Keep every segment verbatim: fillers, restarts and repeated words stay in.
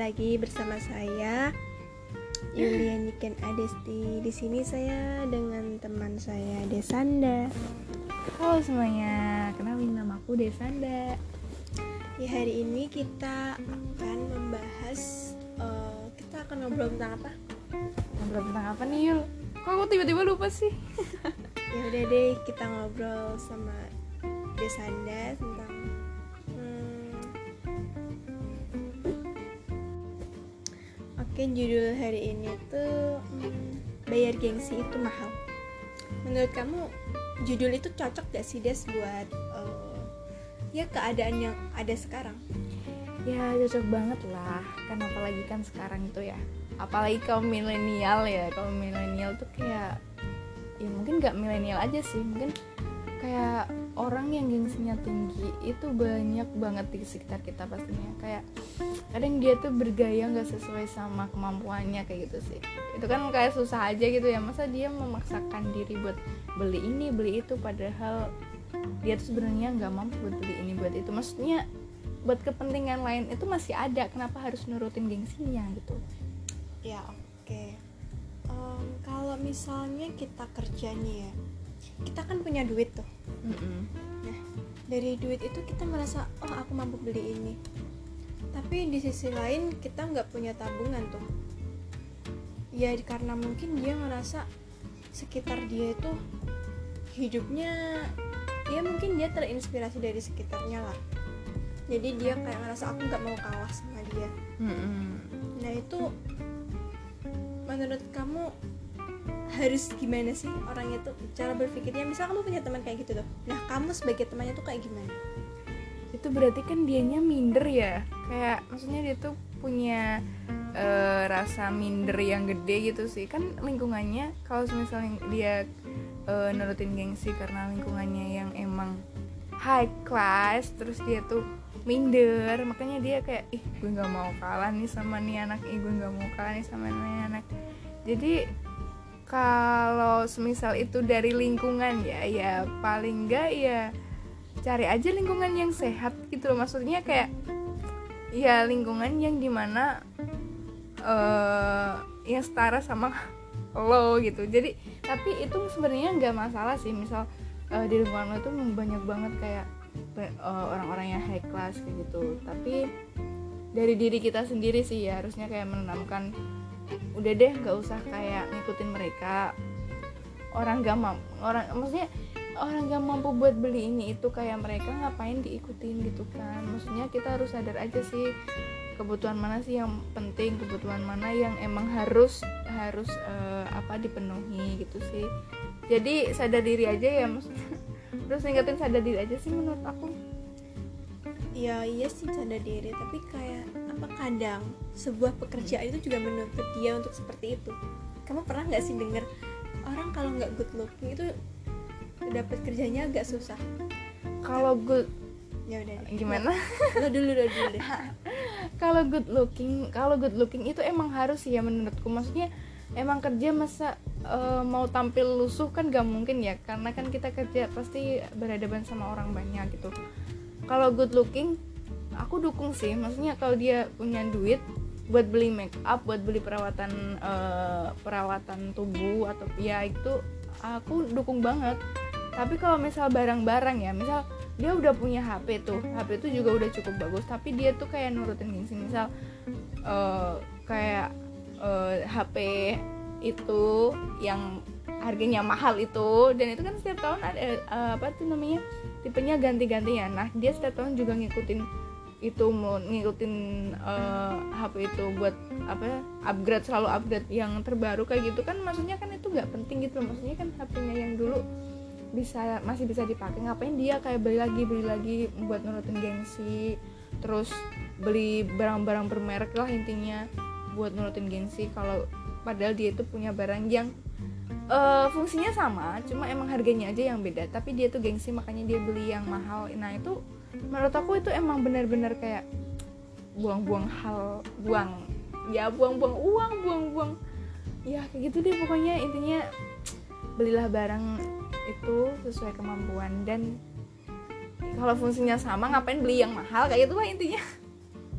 lagi bersama saya Yulianiken Adesti. Di sini saya dengan teman saya Desanda. Halo semuanya, kenalin nama aku Desanda. Di hari ini kita akan membahas uh, kita akan ngobrol tentang apa? Ngobrol tentang apa nih Yul? Kok aku tiba-tiba lupa sih? Ya udah deh, kita ngobrol sama Desanda tentang hmm, Oke, judul hari ini tuh hmm, bayar gengsi itu mahal. Menurut kamu judul itu cocok gak sih Des buat uh, ya keadaan yang ada sekarang? Ya cocok banget lah, kan apalagi kan sekarang itu ya, apalagi kaum milenial ya. Kaum milenial tuh kayak, ya mungkin gak milenial aja sih, mungkin kayak orang yang gengsinya tinggi itu banyak banget di sekitar kita pastinya. Kayak kadang dia tuh bergaya gak sesuai sama kemampuannya kayak gitu sih. Itu kan kayak susah aja gitu ya, masa dia memaksakan diri buat beli ini beli itu padahal dia tuh sebenarnya gak mampu buat beli ini buat itu. Maksudnya buat kepentingan lain itu masih ada, kenapa harus nurutin gengsinya gitu. Ya oke okay. um, Kalau misalnya kita kerja nih ya, kita kan punya duit tuh. Mm-mm. Nah dari duit itu kita merasa oh aku mampu beli ini, tapi di sisi lain kita nggak punya tabungan tuh. Ya karena mungkin dia ngerasa sekitar dia itu hidupnya, ya mungkin dia terinspirasi dari sekitarnya lah. Jadi dia kayak ngerasa aku nggak mau kalah sama dia. Mm-mm. Nah itu menurut kamu harus gimana sih orangnya tuh cara berpikirnya? Misal kamu punya teman kayak gitu tuh, nah kamu sebagai temannya tuh kayak gimana? Itu berarti kan dianya minder ya, kayak maksudnya dia tuh punya uh, rasa minder yang gede gitu sih. Kan lingkungannya kalau misalnya dia uh, nurutin gengsi karena lingkungannya yang emang high class, terus dia tuh minder, makanya dia kayak ih gue nggak mau kalah nih sama nih anak, ih gue nggak mau kalah nih sama nih anak. Jadi kalau semisal itu dari lingkungan ya, ya paling enggak ya cari aja lingkungan yang sehat gitu loh. Maksudnya kayak ya lingkungan yang dimana uh, yang setara sama lo gitu. Jadi tapi itu sebenarnya nggak masalah sih. Misal uh, di lingkungan lo tuh banyak banget kayak uh, orang-orang yang high class kayak gitu. Tapi dari diri kita sendiri sih ya harusnya kayak menanamkan, udah deh nggak usah kayak ngikutin mereka. Orang gak mampu, orang maksudnya orang gak mampu buat beli ini itu kayak mereka ngapain diikutin gitu kan. Maksudnya kita harus sadar aja sih kebutuhan mana sih yang penting, kebutuhan mana yang emang harus harus uh, apa dipenuhi gitu sih. Jadi sadar diri aja ya, maksudnya terus ingetin sadar diri aja sih menurut aku. Ya iya sih sadar diri, tapi kayak apa kadang sebuah pekerjaan itu juga menuntut dia untuk seperti itu. Kamu pernah nggak sih dengar orang kalau nggak good looking itu dapat kerjanya agak susah? Kalau good, ya udah deh. Gimana? Lo dulu lo dulu deh. Kalau good looking, kalau good looking itu emang harus ya menurutku. Maksudnya emang kerja masa uh, mau tampil lusuh kan gak mungkin ya, karena kan kita kerja pasti berhadapan sama orang banyak gitu. Kalau good looking aku dukung sih, maksudnya kalau dia punya duit buat beli make up, buat beli perawatan uh, perawatan tubuh atau ya itu aku dukung banget. Tapi kalau misal barang-barang ya, misal dia udah punya H P tuh, H P tuh juga udah cukup bagus, tapi dia tuh kayak nurutin gengsi. Misal uh, kayak uh, H P itu yang harganya mahal itu, dan itu kan setiap tahun ada uh, apa tuh namanya tipenya ganti-gantian. Nah dia setiap tahun juga ngikutin itu, mau ngikutin uh, H P itu buat apa upgrade, selalu upgrade yang terbaru kayak gitu kan. Maksudnya kan itu nggak penting gitu, maksudnya kan H P-nya yang dulu bisa masih bisa dipakai, ngapain dia kayak beli lagi beli lagi buat nurutin gengsi, terus beli barang-barang bermerek lah intinya buat nurutin gengsi. Kalau padahal dia itu punya barang yang uh, fungsinya sama, cuma emang harganya aja yang beda, tapi dia tuh gengsi makanya dia beli yang mahal. Nah itu menurut aku itu emang benar-benar kayak buang-buang hal, buang ya buang-buang uang, buang-buang ya kayak gitu deh pokoknya. Intinya belilah barang itu sesuai kemampuan, dan kalau fungsinya sama ngapain beli yang mahal kayak gitu lah intinya.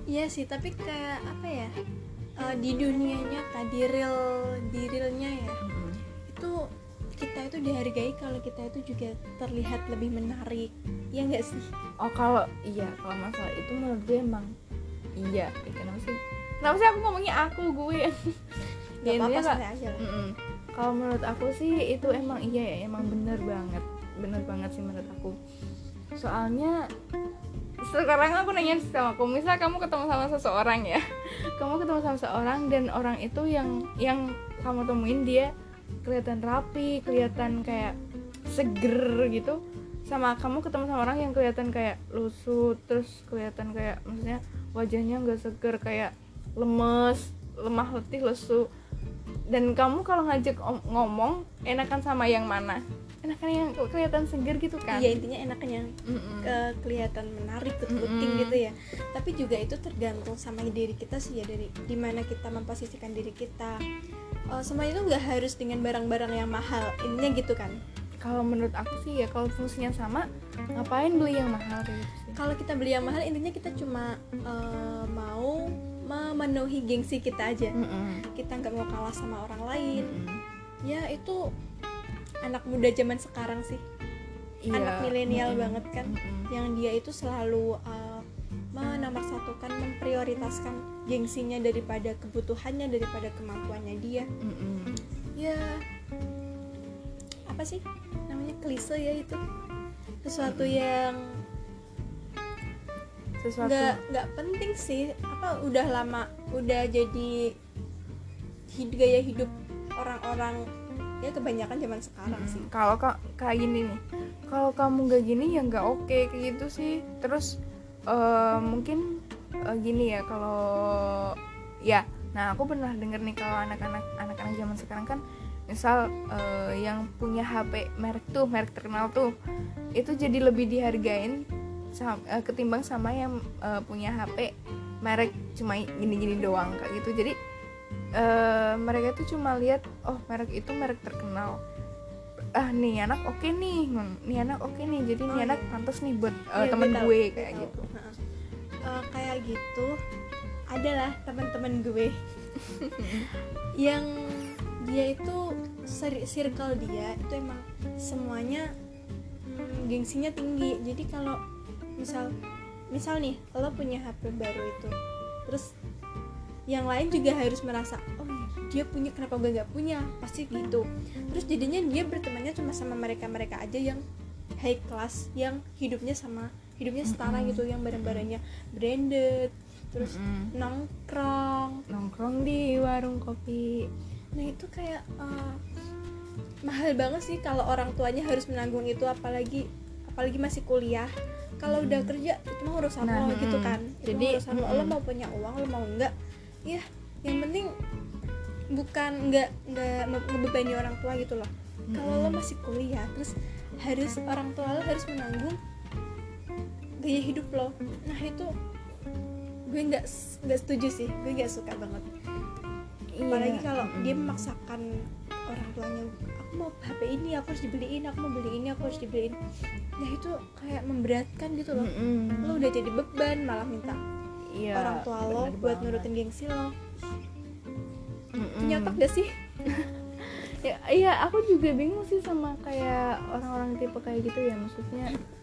Iya sih, tapi kayak apa ya, uh, di dunia nyata, di real di realnya ya, Mm-mm. itu kita itu dihargai kalau kita itu juga terlihat lebih menarik, ya nggak sih? Oh kalau iya, kalau masalah itu menurut gue emang iya. Eh, kenapa sih? Kenapa sih aku ngomongnya aku gue? Gak Ya, apa-apa, intinya, Kak, santai aja lah. mm-mm. Kalau menurut aku sih itu emang iya ya, emang bener banget, bener banget sih menurut aku. Soalnya sekarang aku nanya sama kamu, misal kamu ketemu sama seseorang ya, kamu ketemu sama seseorang dan orang itu yang yang kamu temuin dia kelihatan rapi, kelihatan kayak seger gitu, sama kamu ketemu sama orang yang kelihatan kayak lusuh, terus kelihatan kayak maksudnya wajahnya nggak seger, kayak lemes, lemah letih, lesu. Dan kamu kalau ngajak om- ngomong enakan sama yang mana? Enakan yang kelihatan seger gitu kan? Iya, intinya enakan yang Mm-mm. ke kelihatan menarik, good looking Mm-mm. gitu ya. Tapi juga itu tergantung sama diri kita sih ya, dari dimana kita memposisikan diri kita. Uh, semua itu nggak harus dengan barang-barang yang mahal, intinya gitu kan. Kalau menurut aku sih ya, kalau fungsinya sama, ngapain beli yang mahal kayak gitu sih? Kalau kita beli yang mahal, intinya kita cuma uh, mau memenuhi gengsi kita aja. Mm-mm. Kita nggak mau kalah sama orang lain. Mm-mm. Ya itu anak muda zaman sekarang sih, Iya. anak milenial Mm-mm. banget kan, Mm-mm. yang dia itu selalu uh, menomorsatukan, memprioritaskan gengsinya daripada kebutuhannya, daripada kemampuannya dia. Mm-mm. Ya apa sih namanya, klise ya itu, sesuatu yang Sesuatu. nggak nggak penting sih, apa udah lama udah jadi hid- gaya hidup orang-orang ya, kebanyakan zaman sekarang sih. Mm, kalau ka- kayak gini nih, kalau kamu nggak gini ya nggak oke kayak gitu sih. Terus eh, mungkin eh, gini ya, kalau ya, nah aku pernah denger nih kalau anak-anak anak-anak zaman sekarang kan, misal eh, yang punya H P merek tuh, merek terkenal tuh, itu jadi lebih dihargain sam- eh, ketimbang sama yang eh, punya H P merek cuma gini-gini doang kayak gitu. Jadi Uh, mereka tuh cuma lihat, oh merek itu merek terkenal, ah nih anak oke nih, nih anak oke nih, jadi Oh, nih anak iya. pantas nih buat uh, Iya, temen gue tahu, gue gue kayak tahu. gitu. Heeh. Uh, kayak gitu adalah teman-teman gue yang dia itu sir- circle dia itu emang semuanya hmm, gengsinya tinggi. Jadi kalau misal misal nih lo punya H P baru itu, terus yang lain juga harus merasa, oh dia punya, kenapa gue nggak punya, pasti gitu. Terus jadinya dia bertemannya cuma sama mereka-mereka aja yang high class, yang hidupnya sama hidupnya setara Mm-mm. gitu, yang barang-barangnya branded, terus Mm-mm. nongkrong. Nongkrong di warung kopi. Nah itu kayak uh, mahal banget sih kalau orang tuanya harus menanggung itu, apalagi apalagi masih kuliah. Kalau udah kerja itu mah urusan Nah, lo gitu mm-mm. kan. Itu Jadi, mah urusan lo, lo mm-mm. mau punya uang, lo mau enggak, ya yang penting bukan nggak nggak ngebebani orang tua gitu loh. Kalau lo masih kuliah, terus harus orang tua lo harus menanggung gaya hidup lo. Nah itu gue nggak nggak setuju sih, gue nggak suka banget. Apalagi kalau Mm-mm. dia memaksakan orang tuanya, aku mau H P ini, aku harus dibeliin, aku mau beli ini, aku harus dibeliin. Nah itu kayak memberatkan gitu loh. Mm-mm. Lo udah jadi beban, malah minta Iya, orang tua lo bener buat banget. nurutin gengsi lo. Mm-mm. Punya otak gak sih? Ya, iya, aku juga bingung sih sama kayak orang-orang tipe kayak gitu ya, maksudnya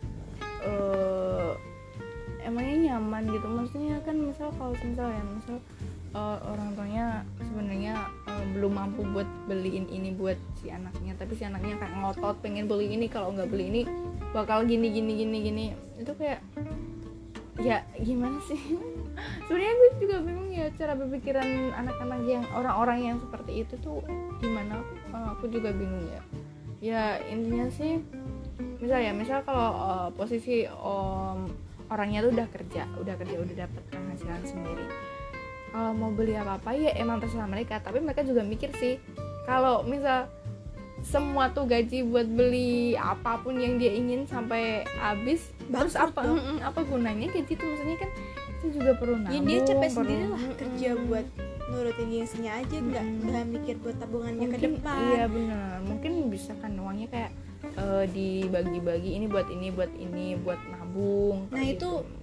eh emangnya nyaman gitu, maksudnya kan misal kalau misal ya misal eh, orang tuanya sebenarnya eh, belum mampu buat beliin ini buat si anaknya, tapi si anaknya kayak ngotot pengen beli ini, kalau nggak beli ini bakal gini gini gini gini, itu kayak ya gimana sih? Sebenarnya gue juga bingung ya cara berpikiran anak-anak yang orang-orang yang seperti itu tuh gimana. Uh, aku juga bingung ya. Ya intinya sih, misal ya misal kalau uh, posisi um, orangnya tuh udah kerja, udah kerja udah dapat penghasilan sendiri. Kalau mau beli apa-apa ya emang terserah mereka, tapi mereka juga mikir sih kalau misal semua tuh gaji buat beli apapun yang dia ingin sampai habis, terus Bangkrut apa dong. mm, apa gunanya gaji itu, maksudnya kan itu juga perlu Ya nabung, dia capek perlu- sendiri lah Mm-mm. kerja buat nurutin gengsinya aja, nggak Mm-mm. nggak mikir buat tabungannya ke Mungkin depan. iya benar, mungkin bisa kan uangnya kayak eh, dibagi-bagi, ini buat ini buat ini buat nabung Nah kayak itu gitu.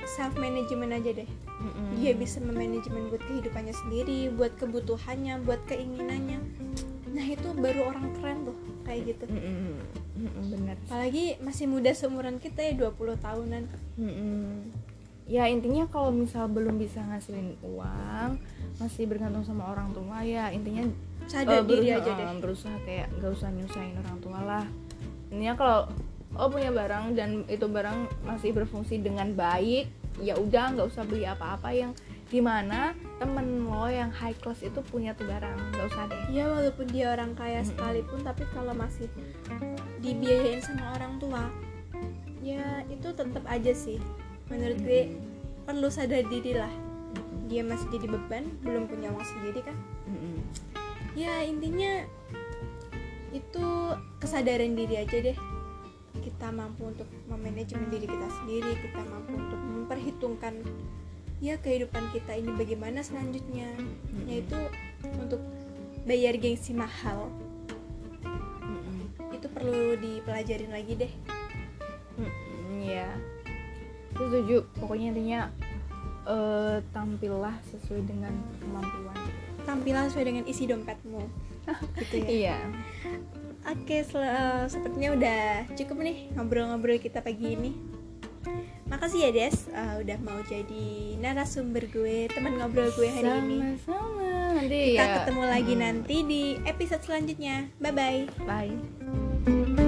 self management aja deh. Mm-mm. Dia bisa memanajemen buat kehidupannya sendiri, buat kebutuhannya, buat keinginannya. Nah itu baru orang keren tuh kayak gitu. Mm-mm. Mm-mm, bener. Apalagi masih muda seumuran kita ya, dua puluh tahunan. Mm-mm. Ya intinya kalau misal belum bisa ngasilin uang, masih bergantung sama orang tua, ya intinya Sadar eh, diri berusaha, aja deh. eh, berusaha kayak gak usah nyusahin orang tua lah. Intinya kalau oh punya barang dan itu barang masih berfungsi dengan baik, ya udah nggak usah beli apa-apa yang dimana temen lo yang high class itu punya tuh barang, nggak usah deh. Ya walaupun dia orang kaya Mm-mm. sekalipun, tapi kalau masih dibiayain sama orang tua, ya itu tetap aja sih menurut gue Mm-mm. perlu sadar diri lah. Mm-mm. Dia masih jadi beban, belum punya uang sendiri kan. Mm-mm. Ya intinya itu kesadaran diri aja deh. Kita mampu untuk memanajemen diri kita sendiri, kita mampu untuk memperhitungkan ya kehidupan kita ini bagaimana selanjutnya, Mm-mm. yaitu untuk bayar gengsi mahal. Mm-mm. Itu perlu dipelajarin lagi deh. Mm-mm, ya itu setuju, pokoknya intinya eh, tampillah sesuai dengan kemampuan. Tampilan sesuai dengan isi dompetmu gitu ya. Iya. Oke, sel- eh, sepertinya udah cukup nih ngobrol-ngobrol kita pagi ini. Makasih ya Des, eh, udah mau jadi narasumber gue, teman ngobrol gue hari ini. Sama-sama. Nanti Kita ya ketemu lagi mm, nanti di episode selanjutnya. Bye bye. bye.